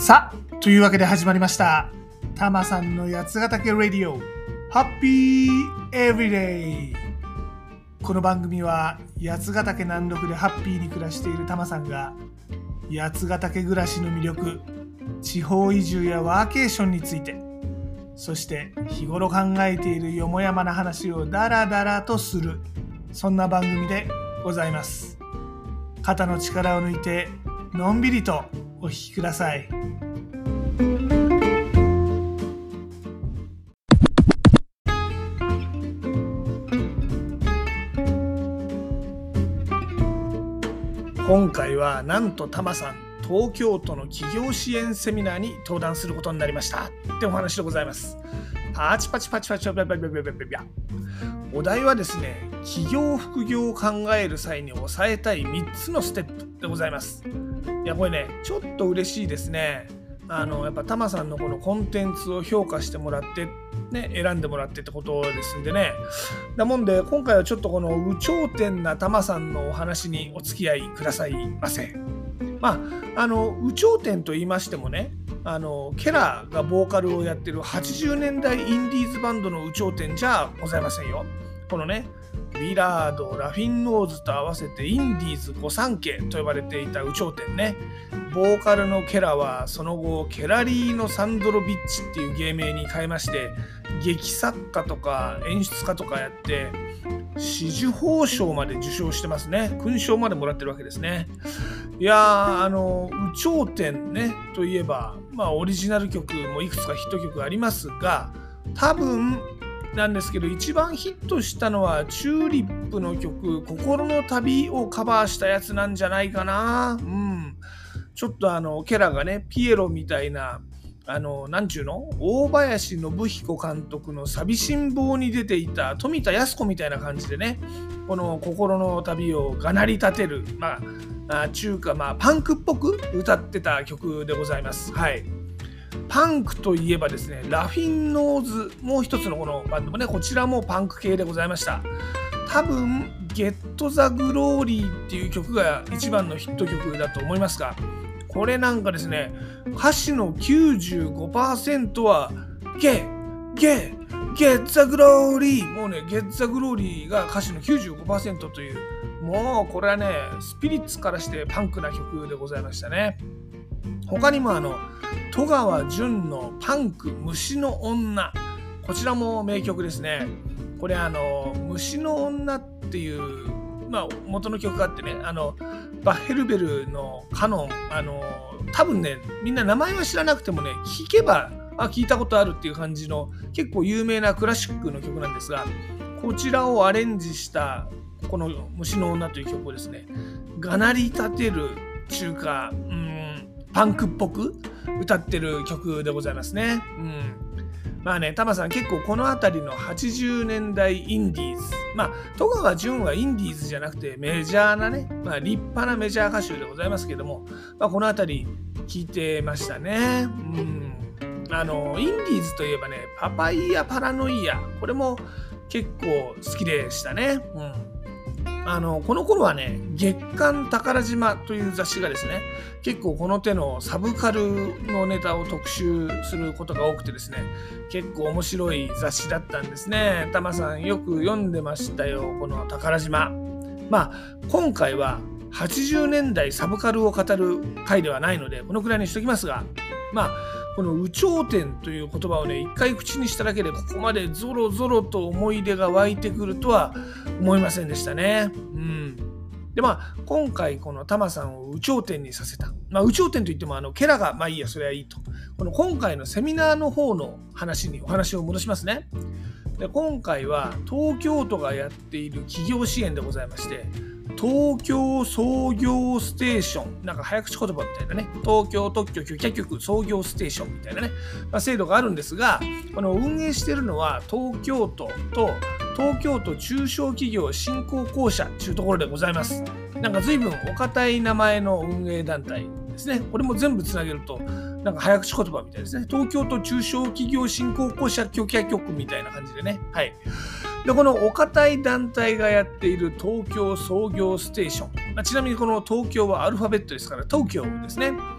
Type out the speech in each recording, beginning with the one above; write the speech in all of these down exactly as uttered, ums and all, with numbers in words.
さあ、というわけで始まりました。たまさんの八ヶ岳ラディオ、ハッピーエブリデイ。この番組は八ヶ岳南麓でハッピーに暮らしているたまさんが、八ヶ岳暮らしの魅力、地方移住やワーケーションについて、そして日頃考えているよもやまな話をダラダラとする、そんな番組でございます。肩の力を抜いてのんびりとお聞きください。今回はなんとタマさん、東京都の企業支援セミナーに登壇することになりましたってお話でございます。パチパチパチパチパチパチパチパチパチパチ。お題はですね、企業副業を考える際に押さえたいみっつのステップでございます。いやこれね、ちょっと嬉しいですね。あのやっぱタマさんのこのコンテンツを評価してもらってね、選んでもらってってことですんでね。だもんで今回はちょっとこの有頂天なタマさんのお話にお付き合いくださいませ。まああの有頂天と言いましてもね、あのケラがボーカルをやってるはちじゅうねんだいインディーズバンドの有頂天じゃございませんよ。このね、ウィラード、ラフィンノーズと合わせてインディーズ御三家と呼ばれていた有頂天ね。ボーカルのケラはその後ケラリーノ・サンドロビッチっていう芸名に変えまして、劇作家とか演出家とかやって紫綬褒章まで受賞してますね。勲章までもらってるわけですね。いやー、あの有頂天ねといえば、まあオリジナル曲もいくつかヒット曲ありますが、多分なんですけど一番ヒットしたのはチューリップの曲心の旅をカバーしたやつなんじゃないかな。うん。ちょっとあのケラがね、ピエロみたいなあのなんちゅうの大林信彦監督の寂しん坊に出ていた富田靖子みたいな感じでね、この心の旅をがなり立てる、まあ中華、まあパンクっぽく歌ってた曲でございます。はい。パンクといえばですね、ラフィンノーズ、もう一つのこのバンドもね、こちらもパンク系でございました。多分ゲットザグローリーっていう曲が一番のヒット曲だと思いますが、これなんかですね、歌詞の きゅうじゅうごパーセント はゲゲゲッザグローリー、もうねゲッザグローリーが歌詞の きゅうじゅうごパーセント という、もうこれはねスピリッツからしてパンクな曲でございましたね。他にもあの戸川純のパンク虫の女、こちらも名曲ですね。これあの虫の女っていうまあ元の曲があってね、あのバッヘルベルのカノン、あの多分ねみんな名前は知らなくてもね、聴けばあ聞いたことあるっていう感じの結構有名なクラシックの曲なんですが、こちらをアレンジしたこの虫の女という曲をですね、がなり立てる中華、うん、パンクっぽく歌ってる曲でございますね。うん、まあね、タマさん結構この辺りのはちじゅうねんだいインディーズ、まあ戸川純はインディーズじゃなくてメジャーなね、まあ立派なメジャー歌手でございますけども、まあ、この辺り聴いてましたね。うん、あのインディーズといえばね、パパイヤパラノイア、これも結構好きでしたね。うん、あのこの頃はね、月刊宝島という雑誌がですね、結構この手のサブカルのネタを特集することが多くてですね、結構面白い雑誌だったんですね。タマさんよく読んでましたよ、この宝島。まあ今回ははちじゅうねんだいサブカルを語る回ではないのでこのくらいにしときますが、まあこの有頂天という言葉をね、一回口にしただけでここまでゾロゾロと思い出が湧いてくるとは思いませんでしたね。うん。でまあ今回このタマさんを有頂天にさせた、まあ有頂天といってもあのケラがまあいいや、それはいいと。この今回のセミナーの方の話にお話を戻しますね。で今回は東京都がやっている企業支援でございまして、東京創業ステーション、なんか早口言葉みたいなね、東京特許許可局創業ステーションみたいなね、まあ、制度があるんですが、この運営しているのは東京都と東京都中小企業振興公社というところでございます。なんか随分お堅い名前の運営団体ですね。これも全部つなげるとなんか早口言葉みたいですね。東京都中小企業振興公社許可局みたいな感じでね。はい。でこのお堅い団体がやっている東京創業ステーション、まあ、ちなみにこの東京はアルファベットですから東京ですね。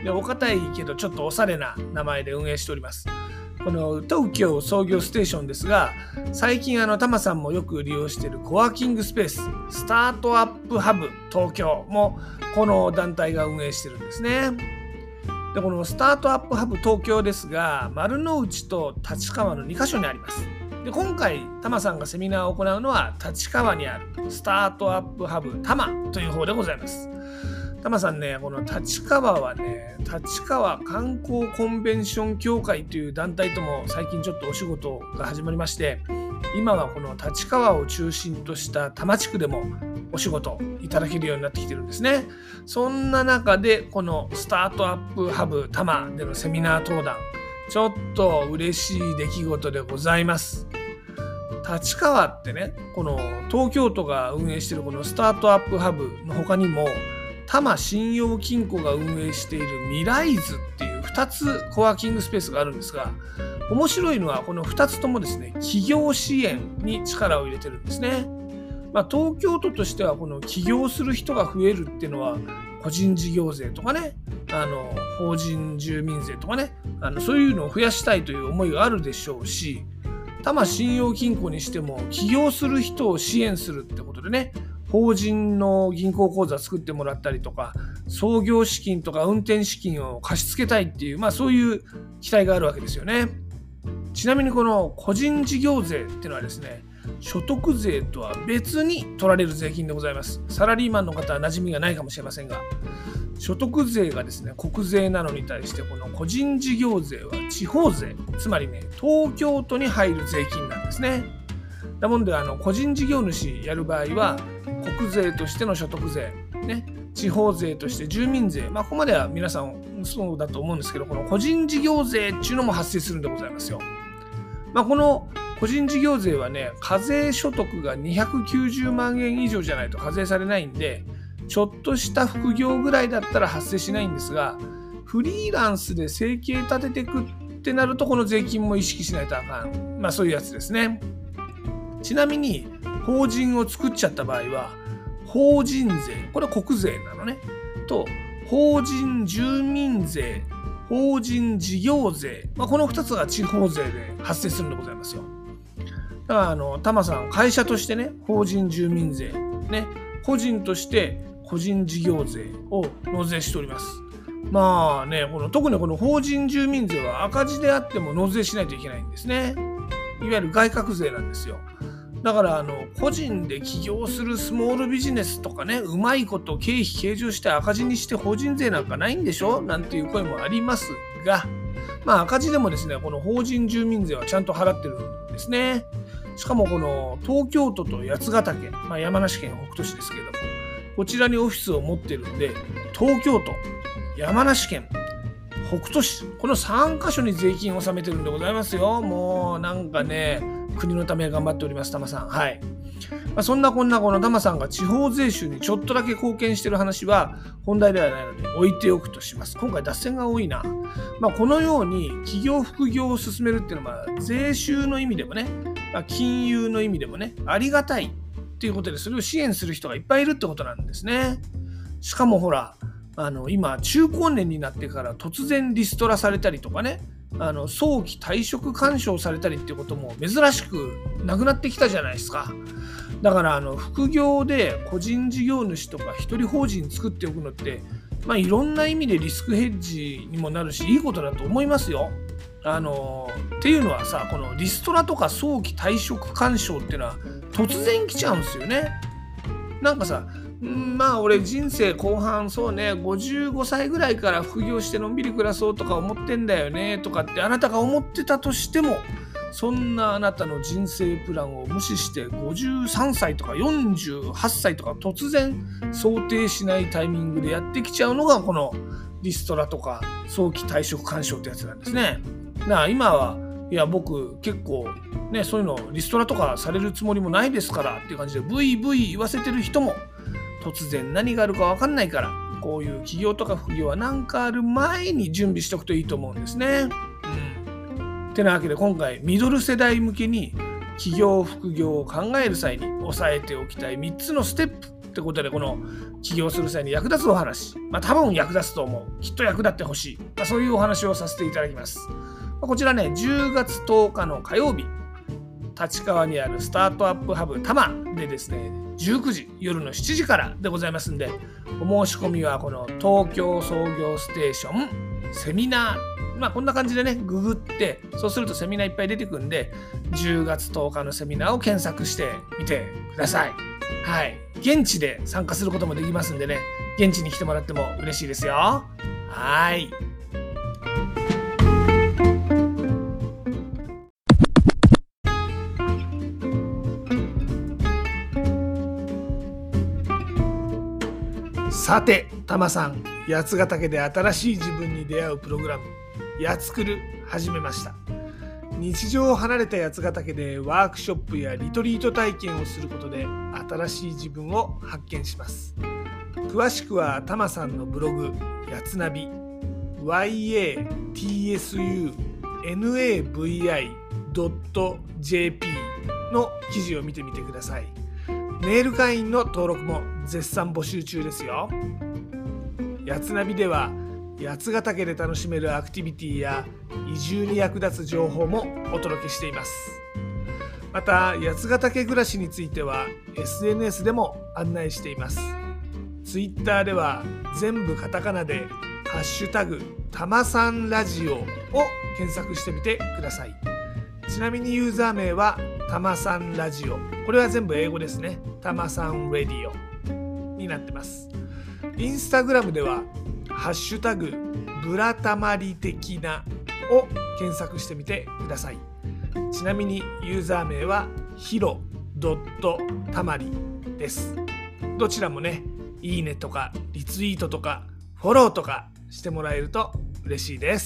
でお堅いけどちょっとおしゃれな名前で運営しております。この東京創業ステーションですが、最近あのタマさんもよく利用しているコワーキングスペーススタートアップハブ東京もこの団体が運営してるんですね。でこのスタートアップハブ東京ですが、丸の内と立川のにカ所にあります。で今回タマさんがセミナーを行うのは立川にあるスタートアップハブ多摩という方でございます。タマさんね、この立川はね、立川観光コンベンション協会という団体とも最近ちょっとお仕事が始まりまして、今はこの立川を中心とした多摩地区でもお仕事いただけるようになってきてるんですね。そんな中でこのスタートアップハブ多摩でのセミナー登壇、ちょっと嬉しい出来事でございます。立川ってね、この東京都が運営しているこのスタートアップハブの他にも多摩信用金庫が運営しているミライズっていうふたつコワーキングスペースがあるんですが、面白いのはこのふたつともですね、企業支援に力を入れてるんですね。まあ、東京都としてはこの起業する人が増えるっていうのは個人事業税とかね、あの法人住民税とかね、あのそういうのを増やしたいという思いがあるでしょうし、多摩信用金庫にしても起業する人を支援するってことでね、法人の銀行口座作ってもらったりとか、創業資金とか運転資金を貸し付けたいっていう、まあそういう期待があるわけですよね。ちなみにこの個人事業税っていうのはですね、所得税とは別に取られる税金でございます。サラリーマンの方は馴染みがないかもしれませんが、所得税がですね、国税なのに対してこの個人事業税は地方税、つまりね、東京都に入る税金なんですね。なもんであの個人事業主やる場合は国税としての所得税、ね、地方税として住民税、まあ、ここまでは皆さんそうだと思うんですけど、この個人事業税っていうのも発生するんでございますよ。まあ、この個人事業税はね、課税所得がにひゃくきゅうじゅうまんえん以上じゃないと課税されないんで、ちょっとした副業ぐらいだったら発生しないんですが、フリーランスで生計立てていくってなるとこの税金も意識しないとあかん、まあそういうやつですね。ちなみに法人を作っちゃった場合は法人税、これは国税なのね、と法人住民税、法人事業税、まあ、このふたつが地方税で発生するんでございますよ。だからあのタマさん、会社としてね、法人住民税、ね、個人として個人事業税を納税しております。まあね、この特にこの法人住民税は赤字であっても納税しないといけないんですね。いわゆる外郭税なんですよ。だからあの個人で起業するスモールビジネスとかね、うまいこと経費計上して赤字にして法人税なんかないんでしょなんていう声もありますが、まあ赤字でもですね、この法人住民税はちゃんと払ってるんですね。しかもこの東京都と八ヶ岳、まあ、山梨県北杜市ですけれども、こちらにオフィスを持ってるんで、東京都、山梨県、北杜市、このさんカ所に税金を納めてるんでございますよ。もうなんかね、国のため頑張っております、タマさん。はい。まあ、そんなこんなこのタマさんが地方税収にちょっとだけ貢献している話は本題ではないので置いておくとします。今回脱線が多いな。まあ、このように企業副業を進めるっていうのは税収の意味でもね、まあ、金融の意味でもね、ありがたいっていうことでそれを支援する人がいっぱいいるってことなんですね。しかもほら、あの今中高年になってから突然リストラされたりとかね、あの早期退職勧奨されたりっていうことも珍しくなくなってきたじゃないですか。だからあの副業で個人事業主とか一人法人作っておくのって、まあ、いろんな意味でリスクヘッジにもなるしいいことだと思いますよ。あのっていうのはさ、このリストラとか早期退職勧奨っていうのは突然来ちゃうんですよね。なんかさ、まあ俺人生後半そうねごじゅうごさいぐらいから副業してのんびり暮らそうとか思ってんだよねとかってあなたが思ってたとしても、そんなあなたの人生プランを無視してごじゅうさんさいとかよんじゅうはっさいとか突然想定しないタイミングでやってきちゃうのがこのリストラとか早期退職勧奨ってやつなんですね。だから今はいや僕結構ねそういうのリストラとかされるつもりもないですからっていう感じでブイブイ言わせてる人も突然何があるか分かんないから、こういう起業とか副業は何かある前に準備しておくといいと思うんですね。うん。てなわけで今回ミドル世代向けに起業副業を考える際に押さえておきたいみっつのステップ、 ってことで、この起業する際に役立つお話、まあ、多分役立つと思う。きっと役立ってほしい。まあ、そういうお話をさせていただきます。まあ、こちらね、じゅうがつとおかの火曜日、立川にあるスタートアップハブ多摩でですね、じゅうくじ、夜のしちじからでございますんで、お申し込みはこの東京創業ステーションセミナー、まあこんな感じでね、ググって、そうするとセミナーいっぱい出てくるんで、じゅうがつとおかのセミナーを検索してみてください。はい。現地で参加することもできますんでね、現地に来てもらっても嬉しいですよ。はい。さて、たまさん、八ヶ岳で新しい自分に出会うプログラム、やつくる始めました。日常を離れた八ヶ岳でワークショップやリトリート体験をすることで新しい自分を発見します。詳しくはたまさんのブログ、やつナビ ワイエーティーエスユーエヌエーブイアイドットジェーピー の記事を見てみてください。メール会員の登録も絶賛募集中ですよ。やつナビでは八ヶ岳で楽しめるアクティビティや移住に役立つ情報もお届けしています。また八ヶ岳暮らしについては エスエヌエス でも案内しています。ツイッターでは全部カタカナでハッシュタグたまさんラジオを検索してみてください。ちなみにユーザー名はたまさんラジオ、これは全部英語ですね。たまさんラディオになってます。インスタグラムではハッシュタグブラタマリ的なを検索してみてください。ちなみにユーザー名はヒロドットタマリです。どちらもね、いいねとかリツイートとかフォローとかしてもらえると嬉しいです。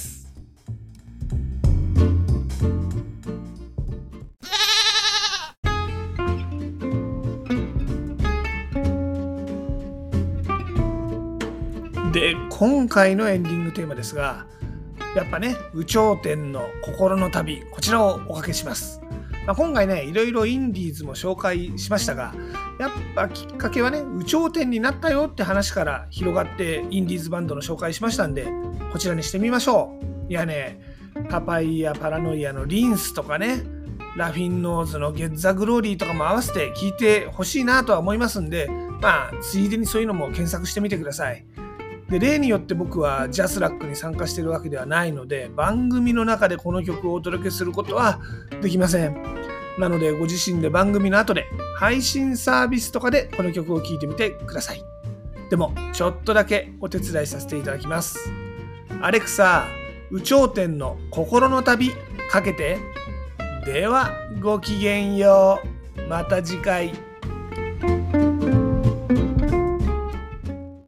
で、今回のエンディングテーマですが、やっぱね、有頂天の心の旅、こちらをおかけします。まあ、今回ね、いろいろインディーズも紹介しましたが、やっぱきっかけはね、有頂天になったよって話から広がってインディーズバンドの紹介しましたんで、こちらにしてみましょう。いやね、パパイヤパラノイアのリンスとかね、ラフィンノーズのゲッザグローリーとかも合わせて聞いてほしいなとは思いますんで、まあついでにそういうのも検索してみてください。で、例によって僕はジャスラックに参加しているわけではないので、番組の中でこの曲をお届けすることはできません。なのでご自身で番組の後で配信サービスとかでこの曲を聴いてみてください。でもちょっとだけお手伝いさせていただきます。アレクサ、有頂天の心の旅かけて。ではごきげんよう。また次回。